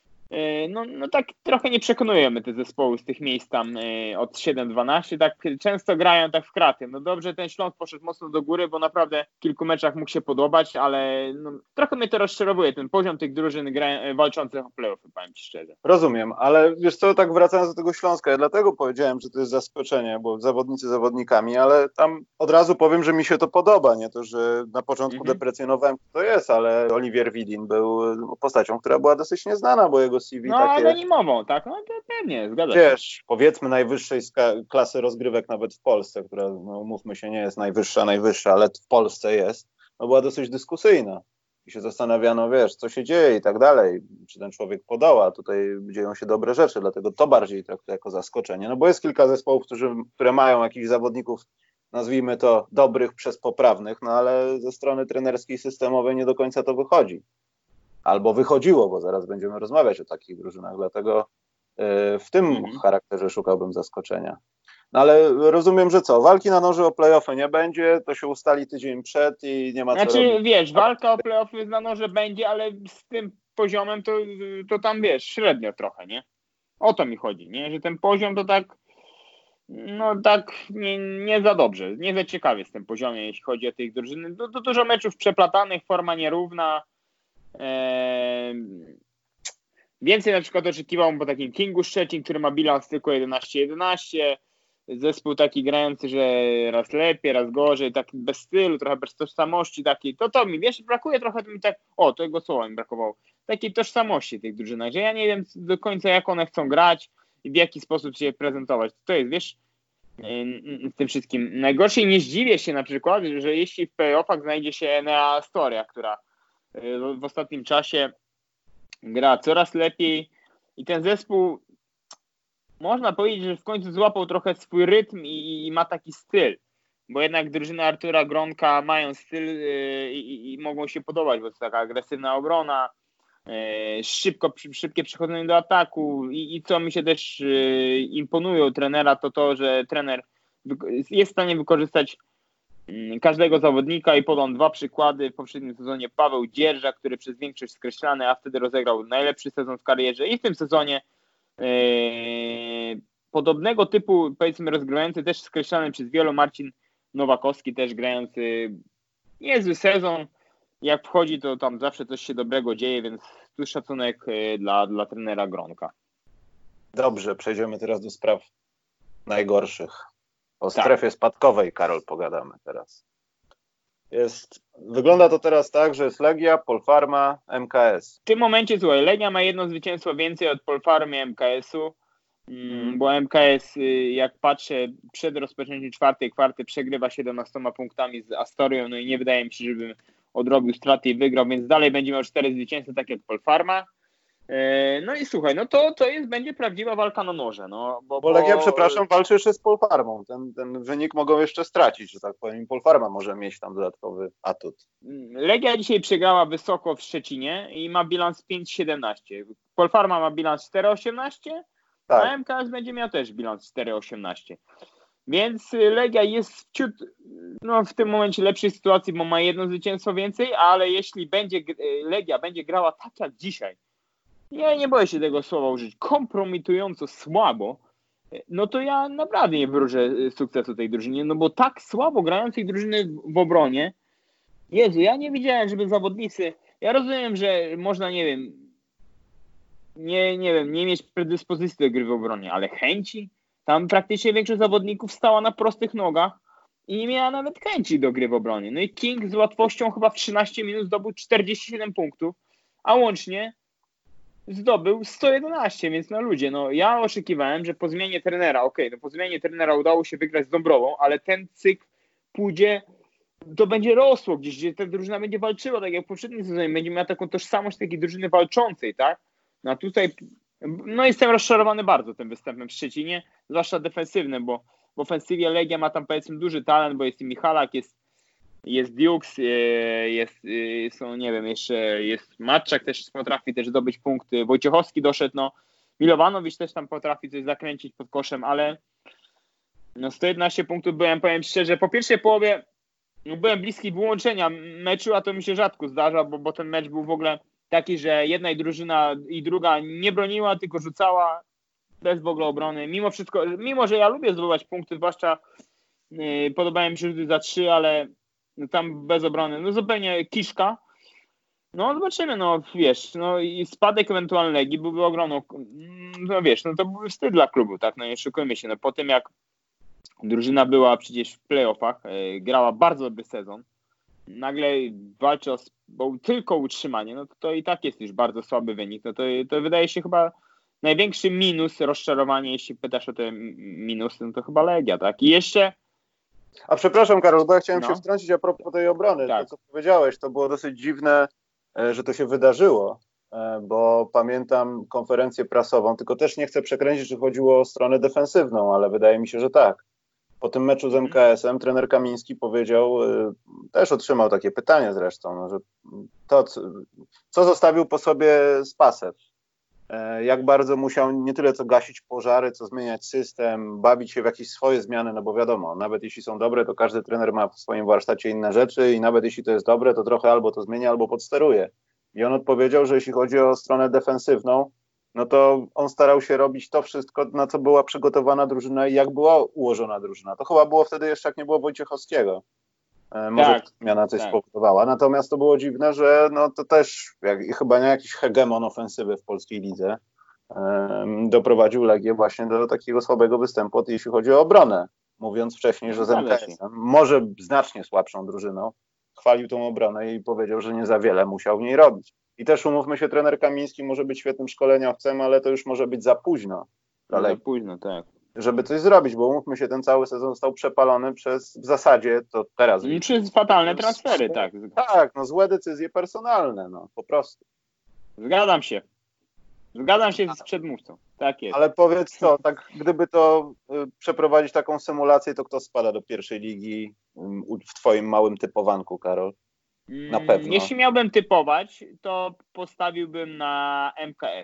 Speaker 2: tak trochę nie przekonujemy te zespoły z tych miejsc tam od 7-12, tak często grają tak w kraty. No dobrze, ten Śląsk poszedł mocno do góry, bo naprawdę w kilku meczach mógł się podobać, ale trochę mnie to rozczarowuje, ten poziom tych drużyn walczących o play-offy, powiem Ci szczerze.
Speaker 1: Rozumiem, ale wiesz co, tak wracając do tego Śląska, ja dlatego powiedziałem, że to jest zaskoczenie, bo zawodnicy zawodnikami, ale tam od razu powiem, że mi się to podoba, nie to, że na początku deprecjonowałem, kto to jest, ale Olivier Widin był postacią, która była dosyć nieznana, bo jego CV
Speaker 2: no,
Speaker 1: takie...
Speaker 2: anonimową, tak? No to pewnie, zgadza się.
Speaker 1: Wiesz, powiedzmy najwyższej klasy rozgrywek nawet w Polsce, która, no umówmy się, nie jest najwyższa, ale w Polsce jest, no była dosyć dyskusyjna. I się zastanawiano, wiesz, co się dzieje i tak dalej, czy ten człowiek podoła, tutaj dzieją się dobre rzeczy, dlatego to bardziej traktuję jako zaskoczenie. No bo jest kilka zespołów, które mają jakichś zawodników, nazwijmy to, dobrych przez poprawnych, no ale ze strony trenerskiej, systemowej nie do końca to wychodzi. Albo wychodziło, bo zaraz będziemy rozmawiać o takich drużynach, dlatego w tym charakterze szukałbym zaskoczenia. No ale rozumiem, że co? Walki na noży o play-offy nie będzie, to się ustali tydzień przed i nie ma co robić.
Speaker 2: Wiesz, walka o play-offy na noże będzie, ale z tym poziomem to tam, wiesz, średnio trochę, nie? O to mi chodzi, nie? Że ten poziom to tak, no tak nie za dobrze, nie za ciekawie z tym poziomem, jeśli chodzi o tych drużyny. Dużo meczów przeplatanych, forma nierówna. Więcej na przykład oczekiwałbym po takim Kingu Szczecin, który ma bilans tylko 11-11, zespół taki grający, że raz lepiej, raz gorzej, taki bez stylu, trochę bez tożsamości takiej, to mi, wiesz, brakuje trochę mi tak, tego słowa mi brakowało, takiej tożsamości tych drużynach, że ja nie wiem do końca jak one chcą grać i w jaki sposób się prezentować. To jest, wiesz, w tym wszystkim. Najgorsze, nie zdziwię się na przykład, że jeśli w playoffach znajdzie się Enea Astoria, która w ostatnim czasie gra coraz lepiej i ten zespół, można powiedzieć, że w końcu złapał trochę swój rytm i ma taki styl, bo jednak drużyny Artura Gronka mają styl i mogą się podobać, bo to taka agresywna obrona, szybkie przechodzenie do ataku i co mi się też imponuje u trenera, to, że trener jest w stanie wykorzystać każdego zawodnika i podam 2 przykłady. W poprzednim sezonie Paweł Dzierża, który przez większość skreślany, a wtedy rozegrał najlepszy sezon w karierze, i w tym sezonie podobnego typu, powiedzmy, rozgrywający, też skreślany przez wielu, Marcin Nowakowski, też grający niezły sezon. Jak wchodzi, to tam zawsze coś się dobrego dzieje, więc tu szacunek dla trenera Gronka.
Speaker 1: Dobrze, przejdziemy teraz do spraw najgorszych. O strefie spadkowej, Karol, pogadamy teraz. Wygląda to teraz tak, że jest Legia, Polfarma, MKS.
Speaker 2: W tym momencie, słuchaj, Legia ma 1 zwycięstwo więcej od Polfarmy i MKS-u, bo MKS, jak patrzę, przed rozpoczęciem 4. kwarty przegrywa 17 punktami z Astorią, no i nie wydaje mi się, żeby odrobił straty i wygrał, więc dalej będzie miał 4 zwycięstwa, tak jak Polfarma. No i słuchaj, no to będzie prawdziwa walka na noże. No,
Speaker 1: bo Legia, przepraszam, walczy jeszcze z Polfarmą. Ten wynik mogą jeszcze stracić, że tak powiem. Polfarma może mieć tam dodatkowy atut.
Speaker 2: Legia dzisiaj przegrała wysoko w Szczecinie i ma bilans 5-17. Polfarma ma bilans 4-18, tak. A MKS będzie miał też bilans 4-18. Więc Legia jest w tym momencie lepszej sytuacji, bo ma 1 zwycięstwo więcej, ale jeśli Legia będzie grała tak jak dzisiaj, ja nie boję się tego słowa użyć, kompromitująco słabo, no to ja naprawdę nie wróżę sukcesu tej drużynie, no bo tak słabo grającej drużyny w obronie, Jezu, ja nie widziałem, żeby zawodnicy, ja rozumiem, że można, nie wiem, nie mieć predyspozycji do gry w obronie, ale chęci? Tam praktycznie większość zawodników stała na prostych nogach i nie miała nawet chęci do gry w obronie. No i King z łatwością chyba w 13 minut zdobył 47 punktów, a łącznie zdobył 111, więc no ludzie, no ja oczekiwałem, że po zmianie trenera, po zmianie trenera udało się wygrać z Dąbrową, ale ten cykl pójdzie, to będzie rosło gdzieś, gdzie ta drużyna będzie walczyła, tak jak w poprzednim sezonie, będzie miała taką tożsamość takiej drużyny walczącej, tak? No tutaj, no jestem rozczarowany bardzo tym występem w Szczecinie, zwłaszcza defensywnym, bo w ofensywie Legia ma tam, powiedzmy, duży talent, bo jest i Michalak, jest Dukes, są, nie wiem, jeszcze jest Matczak, też potrafi też zdobyć punkty, Wojciechowski doszedł, no Milowanowicz też tam potrafi coś zakręcić pod koszem, ale no 111 punktów powiem szczerze, po pierwszej połowie byłem bliski wyłączenia meczu, a to mi się rzadko zdarza, bo ten mecz był w ogóle taki, że jedna drużyna i druga nie broniła, tylko rzucała bez w ogóle obrony. Mimo wszystko, mimo że ja lubię zdobywać punkty, zwłaszcza podobają mi się rzuty za 3, ale tam bez obrony, no zupełnie kiszka. No zobaczymy, no wiesz, no i spadek ewentualny Legii byłby ogromny, no wiesz, no to byłby wstyd dla klubu, tak, no nie szukujmy się, no po tym jak drużyna była przecież w playoffach, grała bardzo dobry sezon, nagle walczy o tylko utrzymanie, no to i tak jest już bardzo słaby wynik, no to wydaje się chyba największy minus, rozczarowanie, jeśli pytasz o te minusy, no to chyba Legia, tak, i jeszcze...
Speaker 1: A przepraszam, Karol, bo ja chciałem się wtrącić a propos tej obrony,
Speaker 2: tak.
Speaker 1: To co powiedziałeś, to było dosyć dziwne, że to się wydarzyło, bo pamiętam konferencję prasową, tylko też nie chcę przekręcić, że chodziło o stronę defensywną, ale wydaje mi się, że tak. Po tym meczu z MKS-em trener Kamiński powiedział, też otrzymał takie pytanie zresztą, no, że to, co zostawił po sobie Spasew, jak bardzo musiał nie tyle co gasić pożary, co zmieniać system, bawić się w jakieś swoje zmiany, no bo wiadomo, nawet jeśli są dobre, to każdy trener ma w swoim warsztacie inne rzeczy i nawet jeśli to jest dobre, to trochę albo to zmienia, albo podsteruje. I on odpowiedział, że jeśli chodzi o stronę defensywną, no to on starał się robić to wszystko, na co była przygotowana drużyna i jak była ułożona drużyna. To chyba było wtedy jeszcze, jak nie było Wojciechowskiego. Może zmiana coś spowodowała. Natomiast to było dziwne, że no to też chyba nie jakiś hegemon ofensywy w polskiej lidze doprowadził Legię właśnie do takiego słabego występu, jeśli chodzi o obronę. Mówiąc wcześniej, że z MKS-em, może znacznie słabszą drużyną, chwalił tą obronę i powiedział, że nie za wiele musiał w niej robić. I też umówmy się, trener Kamiński może być świetnym szkoleniowcem, ale to już może być za późno.
Speaker 2: Za późno, tak.
Speaker 1: żeby coś zrobić, bo umówmy się, ten cały sezon został przepalony przez, w zasadzie, to teraz...
Speaker 2: Przez fatalne transfery, tak.
Speaker 1: Tak, no złe decyzje personalne, no po prostu.
Speaker 2: Zgadzam się z przedmówcą, tak jest.
Speaker 1: Ale powiedz co, tak gdyby to przeprowadzić taką symulację, to kto spada do pierwszej ligi w twoim małym typowanku, Karol? Na pewno.
Speaker 2: Jeśli miałbym typować, to postawiłbym na MKS.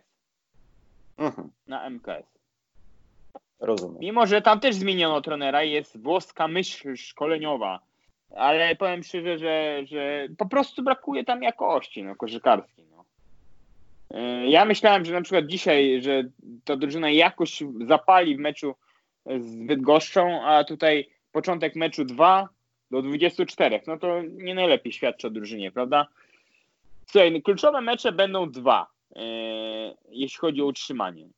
Speaker 2: Na MKS.
Speaker 1: Rozumiem.
Speaker 2: Mimo, że tam też zmieniono trenera, jest włoska myśl szkoleniowa, ale powiem szczerze, że po prostu brakuje tam jakości koszykarskiej. Ja myślałem, że na przykład dzisiaj, że ta drużyna jakoś zapali w meczu z Bydgoszczą, a tutaj początek meczu 2-24. No to nie najlepiej świadczy o drużynie, prawda? Słuchaj, kluczowe mecze będą 2, jeśli chodzi o utrzymanie.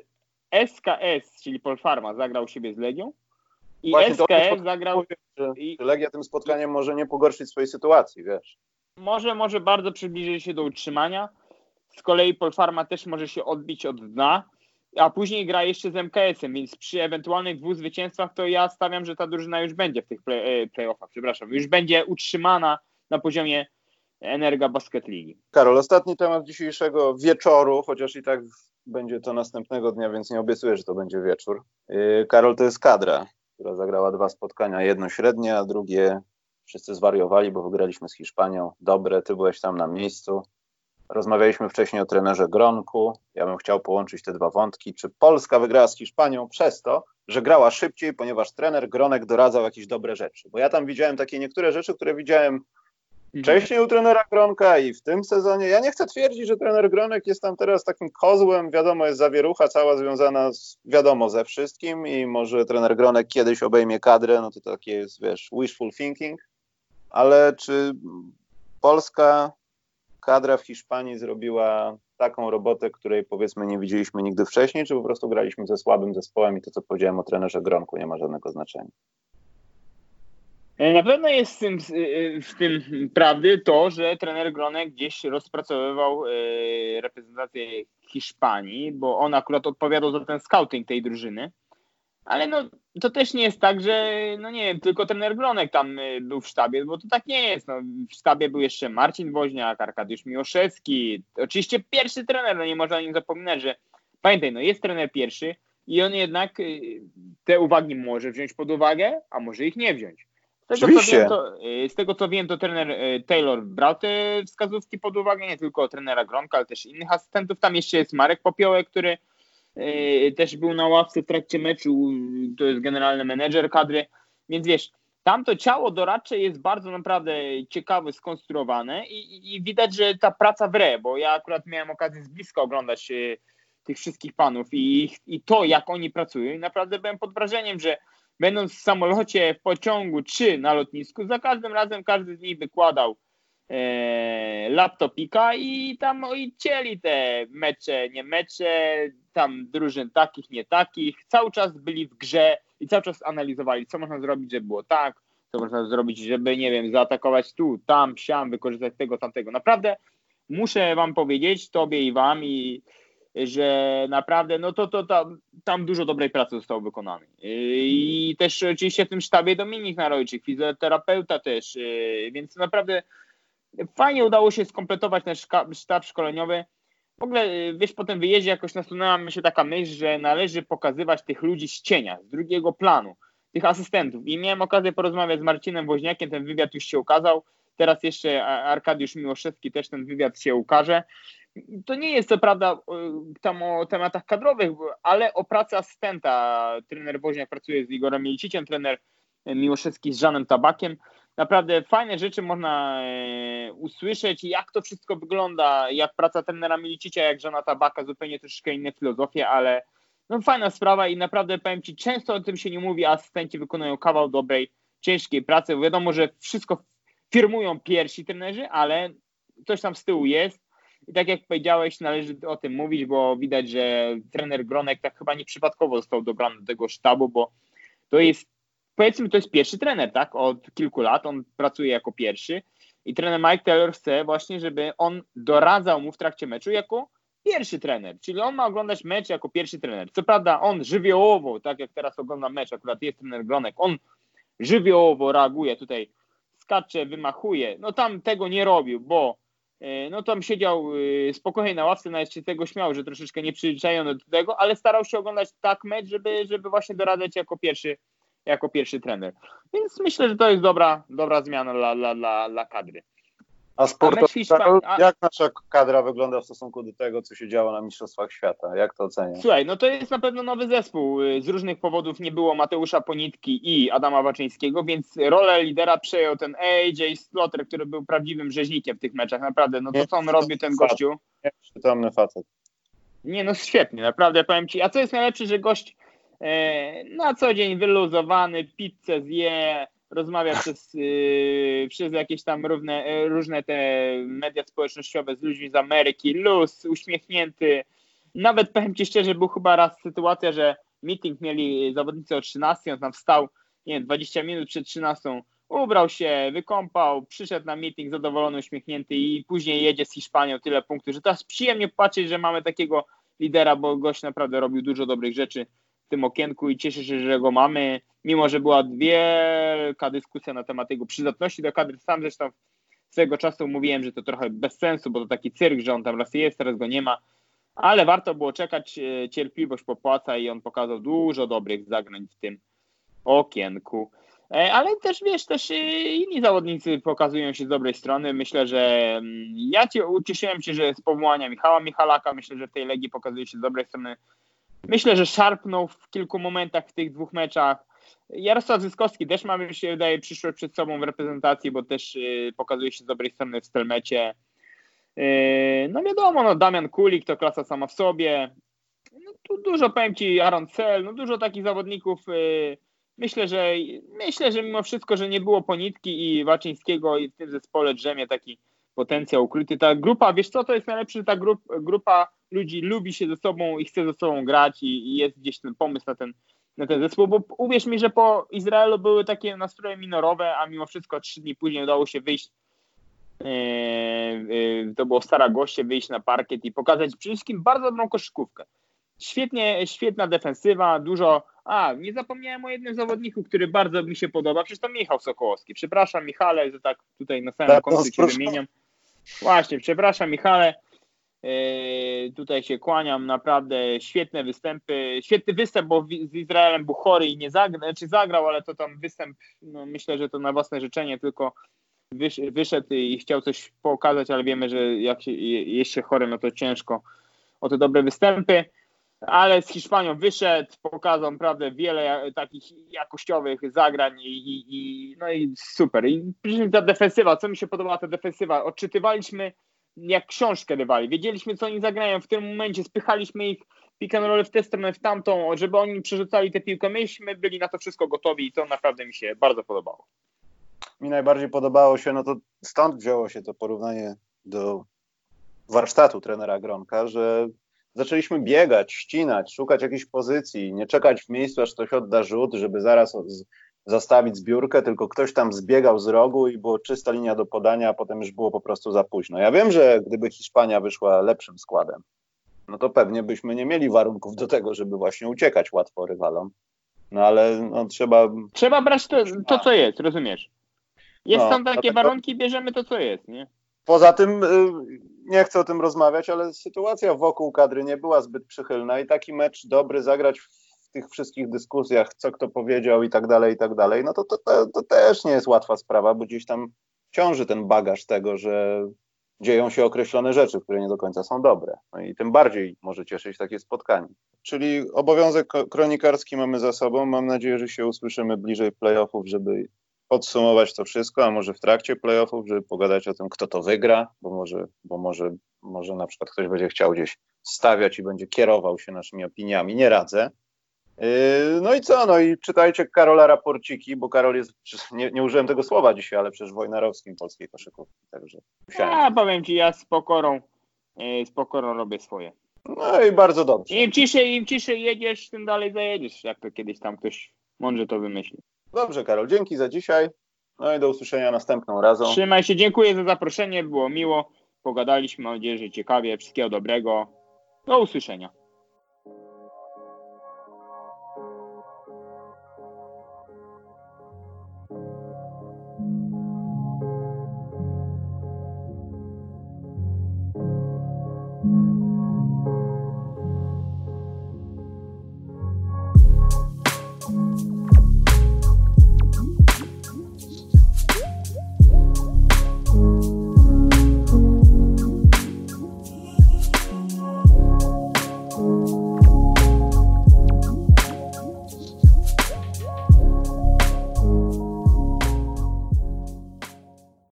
Speaker 2: SKS, czyli Polfarma, zagrał siebie z Legią i
Speaker 1: Właśnie
Speaker 2: SKS zagrał...
Speaker 1: Że Legia tym spotkaniem może nie pogorszyć swojej sytuacji, wiesz?
Speaker 2: Może bardzo przybliżyć się do utrzymania. Z kolei Polfarma też może się odbić od dna, a później gra jeszcze z MKS-em, więc przy ewentualnych 2 zwycięstwach to ja stawiam, że ta drużyna już będzie w tych playoffach, już będzie utrzymana na poziomie Energa Basket Ligi.
Speaker 1: Karol, ostatni temat dzisiejszego wieczoru, chociaż i tak będzie to następnego dnia, więc nie obiecuję, że to będzie wieczór. Karol, to jest kadra, która zagrała 2 spotkania, jedno średnie, a drugie wszyscy zwariowali, bo wygraliśmy z Hiszpanią. Dobre, ty byłeś tam na miejscu. Rozmawialiśmy wcześniej o trenerze Gronku. Ja bym chciał połączyć te 2 wątki. Czy Polska wygrała z Hiszpanią przez to, że grała szybciej, ponieważ trener Gronek doradzał jakieś dobre rzeczy? Bo ja tam widziałem takie niektóre rzeczy, które widziałem wcześniej u trenera Gronka i w tym sezonie. Ja nie chcę twierdzić, że trener Gronek jest tam teraz takim kozłem. Wiadomo, jest zawierucha cała związana ze wszystkim i może trener Gronek kiedyś obejmie kadrę. No to takie jest, wiesz, wishful thinking. Ale czy Polska... kadra w Hiszpanii zrobiła taką robotę, której powiedzmy nie widzieliśmy nigdy wcześniej, czy po prostu graliśmy ze słabym zespołem i to, co powiedziałem o trenerze Gronku, nie ma żadnego znaczenia?
Speaker 2: Na pewno jest w tym prawdy to, że trener Gronek gdzieś rozpracowywał reprezentację Hiszpanii, bo on akurat odpowiadał za ten scouting tej drużyny. Ale no, to też nie jest tak, że no nie wiem, tylko trener Gronek tam był w sztabie, bo to tak nie jest. No, w sztabie był jeszcze Marcin Woźniak, Arkadiusz Miłoszewski. Oczywiście pierwszy trener, no nie można o nim zapominać, że pamiętaj, no jest trener pierwszy i on jednak te uwagi może wziąć pod uwagę, a może ich nie wziąć. Z tego co wiem, to trener Taylor brał te wskazówki pod uwagę, nie tylko trenera Gronka, ale też innych asystentów. Tam jeszcze jest Marek Popiołek, który też był na ławce w trakcie meczu, to jest generalny menedżer kadry, więc wiesz, tamto ciało doradcze jest bardzo naprawdę ciekawe, skonstruowane i widać, że ta praca wre, bo ja akurat miałem okazję z bliska oglądać tych wszystkich panów i to, jak oni pracują i naprawdę byłem pod wrażeniem, że będąc w samolocie, w pociągu czy na lotnisku, za każdym razem każdy z nich wykładał laptopika i tam cieli te mecze, nie mecze, tam drużyn takich, nie takich, cały czas byli w grze i cały czas analizowali, co można zrobić, żeby było tak, co można zrobić, żeby, nie wiem, zaatakować tu, tam, siam, wykorzystać tego, tamtego. Naprawdę muszę wam powiedzieć, tobie i wam, że naprawdę, no to tam dużo dobrej pracy zostało wykonanej. I też oczywiście w tym sztabie Dominik Narojczyk, fizjoterapeuta też, więc naprawdę fajnie udało się skompletować nasz sztab szkoleniowy. W ogóle, wiesz, po tym wyjeździe jakoś nasunęła mi się taka myśl, że należy pokazywać tych ludzi z cienia, z drugiego planu, tych asystentów. I miałem okazję porozmawiać z Marcinem Woźniakiem, ten wywiad już się ukazał. Teraz jeszcze Arkadiusz Miłoszewski też ten wywiad się ukaże. To nie jest co prawda tam o tematach kadrowych, ale o pracy asystenta. Trener Woźniak pracuje z Igorem Mielciciem, trener Miłoszewski z Żanem Tabakiem. Naprawdę fajne rzeczy można usłyszeć, jak to wszystko wygląda, jak praca trenera Milicicia, jak Żana Tabaka, zupełnie troszeczkę inne filozofie, ale no fajna sprawa i naprawdę powiem Ci, często o tym się nie mówi, a asystenci wykonują kawał dobrej, ciężkiej pracy. Wiadomo, że wszystko firmują pierwsi trenerzy, ale coś tam z tyłu jest i tak jak powiedziałeś, należy o tym mówić, bo widać, że trener Gronek tak chyba nieprzypadkowo został dobrany do tego sztabu, bo to jest, powiedzmy, to jest pierwszy trener, tak? Od kilku lat on pracuje jako pierwszy i trener Mike Taylor chce właśnie, żeby on doradzał mu w trakcie meczu jako pierwszy trener, czyli on ma oglądać mecz jako pierwszy trener. Co prawda on żywiołowo, tak jak teraz oglądam mecz, akurat jest trener Gronek, on żywiołowo reaguje, tutaj skacze, wymachuje. No tam tego nie robił, bo no tam siedział spokojnie na ławce, nawet się tego śmiał, że troszeczkę nieprzyzwyczajony do tego, ale starał się oglądać tak mecz, żeby właśnie doradzać jako pierwszy trener. Więc myślę, że to jest dobra zmiana dla kadry.
Speaker 1: A sportowo, jak nasza kadra wygląda w stosunku do tego, co się działo na Mistrzostwach Świata? Jak to oceniasz?
Speaker 2: Słuchaj, no to jest na pewno nowy zespół. Z różnych powodów nie było Mateusza Ponitki i Adama Baczyńskiego, więc rolę lidera przejął ten AJ Slaughter, który był prawdziwym rzeźnikiem w tych meczach. Naprawdę, no to co on robił, ten gościu?
Speaker 1: Nieprzytomny facet.
Speaker 2: Nie, no świetnie, naprawdę, powiem ci. A co jest najlepsze, że gość na co dzień wyluzowany, pizzę zje, rozmawia przez jakieś tam różne te media społecznościowe z ludźmi z Ameryki, luz, uśmiechnięty. Nawet powiem ci szczerze, był chyba raz sytuacja, że meeting mieli zawodnicy o 13, on tam wstał, nie wiem, 20 minut przed 13, ubrał się, wykąpał, przyszedł na meeting zadowolony, uśmiechnięty i później jedzie z Hiszpanią tyle punktów, że teraz przyjemnie patrzeć, że mamy takiego lidera, bo gość naprawdę robił dużo dobrych rzeczy w tym okienku i cieszę się, że go mamy, mimo że była wielka dyskusja na temat jego przydatności do kadry. Sam zresztą swego czasu mówiłem, że to trochę bez sensu, bo to taki cyrk, że on tam raz jest, teraz go nie ma, ale warto było czekać, cierpliwość popłaca i on pokazał dużo dobrych zagrań w tym okienku. Ale też wiesz, inni zawodnicy pokazują się z dobrej strony. Myślę, że ucieszyłem się, że z powołania Michała Michalaka, myślę, że w tej Legii pokazuje się z dobrej strony. Myślę, że szarpnął w kilku momentach w tych dwóch meczach. Jarosław Zyskowski też ma, mi się wydaje, przyszłość przed sobą w reprezentacji, bo też pokazuje się z dobrej strony w Stelmecie. No wiadomo, no Damian Kulik to klasa sama w sobie. No, tu dużo, powiem ci, Aaron Cell, no dużo takich zawodników. Myślę, że mimo wszystko, że nie było Ponitki i Waczyńskiego i w tym zespole drzemie taki potencjał ukryty. Ta grupa, wiesz co, to jest najlepsze, że ta grupa ludzi lubi się ze sobą i chce ze sobą grać i jest gdzieś ten pomysł na ten zespół, bo uwierz mi, że po Izraelu były takie nastroje minorowe, a mimo wszystko 3 dni później udało się wyjść, to było w Saragoście, wyjść na parkiet i pokazać przede wszystkim bardzo dobrą koszykówkę. Świetna defensywa, dużo. Nie zapomniałem o jednym zawodniku, który bardzo mi się podoba, przecież to Michał Sokołowski. Przepraszam Michale, że tak tutaj na samym końcu cię wymieniam. Właśnie, przepraszam Michale, tutaj się kłaniam, naprawdę świetne występy, świetny występ, bo z Izraelem był chory i nie zagrał, ale to tam występ, no myślę, że to na własne życzenie tylko wyszedł i chciał coś pokazać, ale wiemy, że jak jest się chory, no to ciężko o te dobre występy. Ale z Hiszpanią wyszedł, pokazał naprawdę wiele takich jakościowych zagrań no i super. I ta defensywa, co mi się podobała ta defensywa, odczytywaliśmy jak książkę rywali, wiedzieliśmy co oni zagrają w tym momencie, spychaliśmy ich pick and roll w tę stronę, w tamtą, żeby oni przerzucali tę piłkę, myśmy byli na to wszystko gotowi i to naprawdę mi się bardzo podobało.
Speaker 1: Mi najbardziej podobało się, no to stąd wzięło się to porównanie do warsztatu trenera Gronka, że zaczęliśmy biegać, ścinać, szukać jakiejś pozycji, nie czekać w miejscu, aż ktoś odda rzut, żeby zaraz zastawić zbiórkę, tylko ktoś tam zbiegał z rogu i było czysta linia do podania, a potem już było po prostu za późno. Ja wiem, że gdyby Hiszpania wyszła lepszym składem, no to pewnie byśmy nie mieli warunków do tego, żeby właśnie uciekać łatwo rywalom. No ale no, trzeba
Speaker 2: brać to co jest, rozumiesz? Są takie warunki, bierzemy to, co jest, nie?
Speaker 1: Poza tym, nie chcę o tym rozmawiać, ale sytuacja wokół kadry nie była zbyt przychylna i taki mecz dobry zagrać w tych wszystkich dyskusjach, co kto powiedział i tak dalej, no to też nie jest łatwa sprawa, bo gdzieś tam ciąży ten bagaż tego, że dzieją się określone rzeczy, które nie do końca są dobre. No i tym bardziej może cieszyć takie spotkanie. Czyli obowiązek kronikarski mamy za sobą. Mam nadzieję, że się usłyszymy bliżej playoffów, żeby podsumować to wszystko, a może w trakcie playoffów, żeby pogadać o tym, kto to wygra, bo może na przykład ktoś będzie chciał gdzieś stawiać i będzie kierował się naszymi opiniami. Nie radzę. No i co? No i czytajcie Karola raporciki, bo Karol jest, nie użyłem tego słowa dzisiaj, ale przecież wojnarowskim polskiej koszykówki. Także
Speaker 2: powiem ci, ja z pokorą robię swoje.
Speaker 1: No i bardzo dobrze.
Speaker 2: Im ciszej jedziesz, tym dalej zajedziesz, jak to kiedyś tam ktoś mądrze to wymyśli.
Speaker 1: Dobrze, Karol, dzięki za dzisiaj. No i do usłyszenia następną razą.
Speaker 2: Trzymaj się, dziękuję za zaproszenie, było miło. Pogadaliśmy, mam nadzieję, że ciekawie. Wszystkiego dobrego. Do usłyszenia.